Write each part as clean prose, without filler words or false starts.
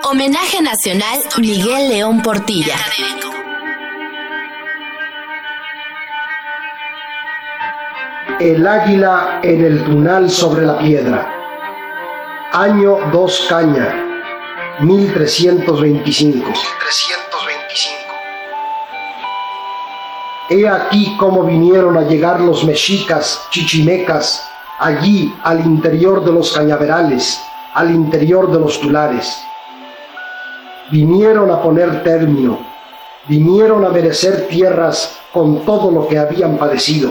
Homenaje Nacional Miguel León Portilla. El águila en el tunal sobre la piedra. Año 2 Caña, 1325. He aquí cómo vinieron a llegar los mexicas, chichimecas, allí al interior de los cañaverales, al interior de los tulares. Vinieron a poner término, vinieron a merecer tierras con todo lo que habían padecido.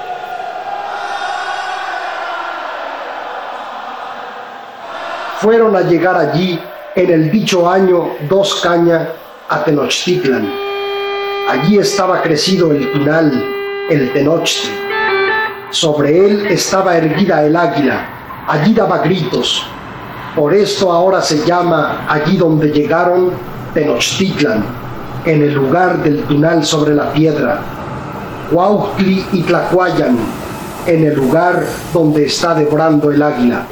Fueron a llegar allí en el dicho año 2 Caña a Tenochtitlan. Allí estaba crecido el tunal, el Tenochtli. Sobre él estaba erguida el águila, allí daba gritos. Por esto ahora se llama allí donde llegaron Tenochtitlan, en el lugar del tunal sobre la piedra. Cuautli y Tlacuayan, en el lugar donde está devorando el águila.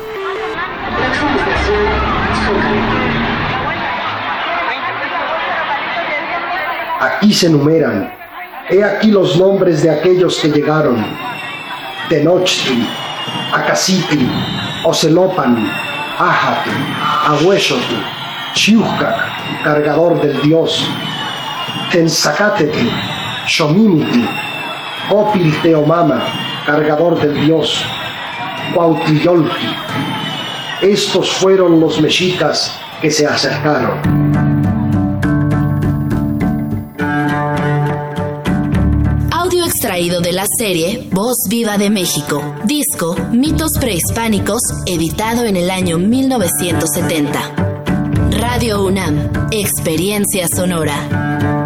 Aquí se enumeran, he aquí los nombres de aquellos que llegaron: Tenochtli, Acacitli, Ocelopan, Ajatl, Ahuexotl, Xiuhcac, cargador del dios, Tenzacatecli, Xomimitl, Copil-Teomama, cargador del dios, Cuautliyolqui. Estos fueron los mexicas que se acercaron. Extraído de la serie Voz Viva de México, disco Mitos Prehispánicos, editado en el año 1970. Radio UNAM, Experiencia Sonora.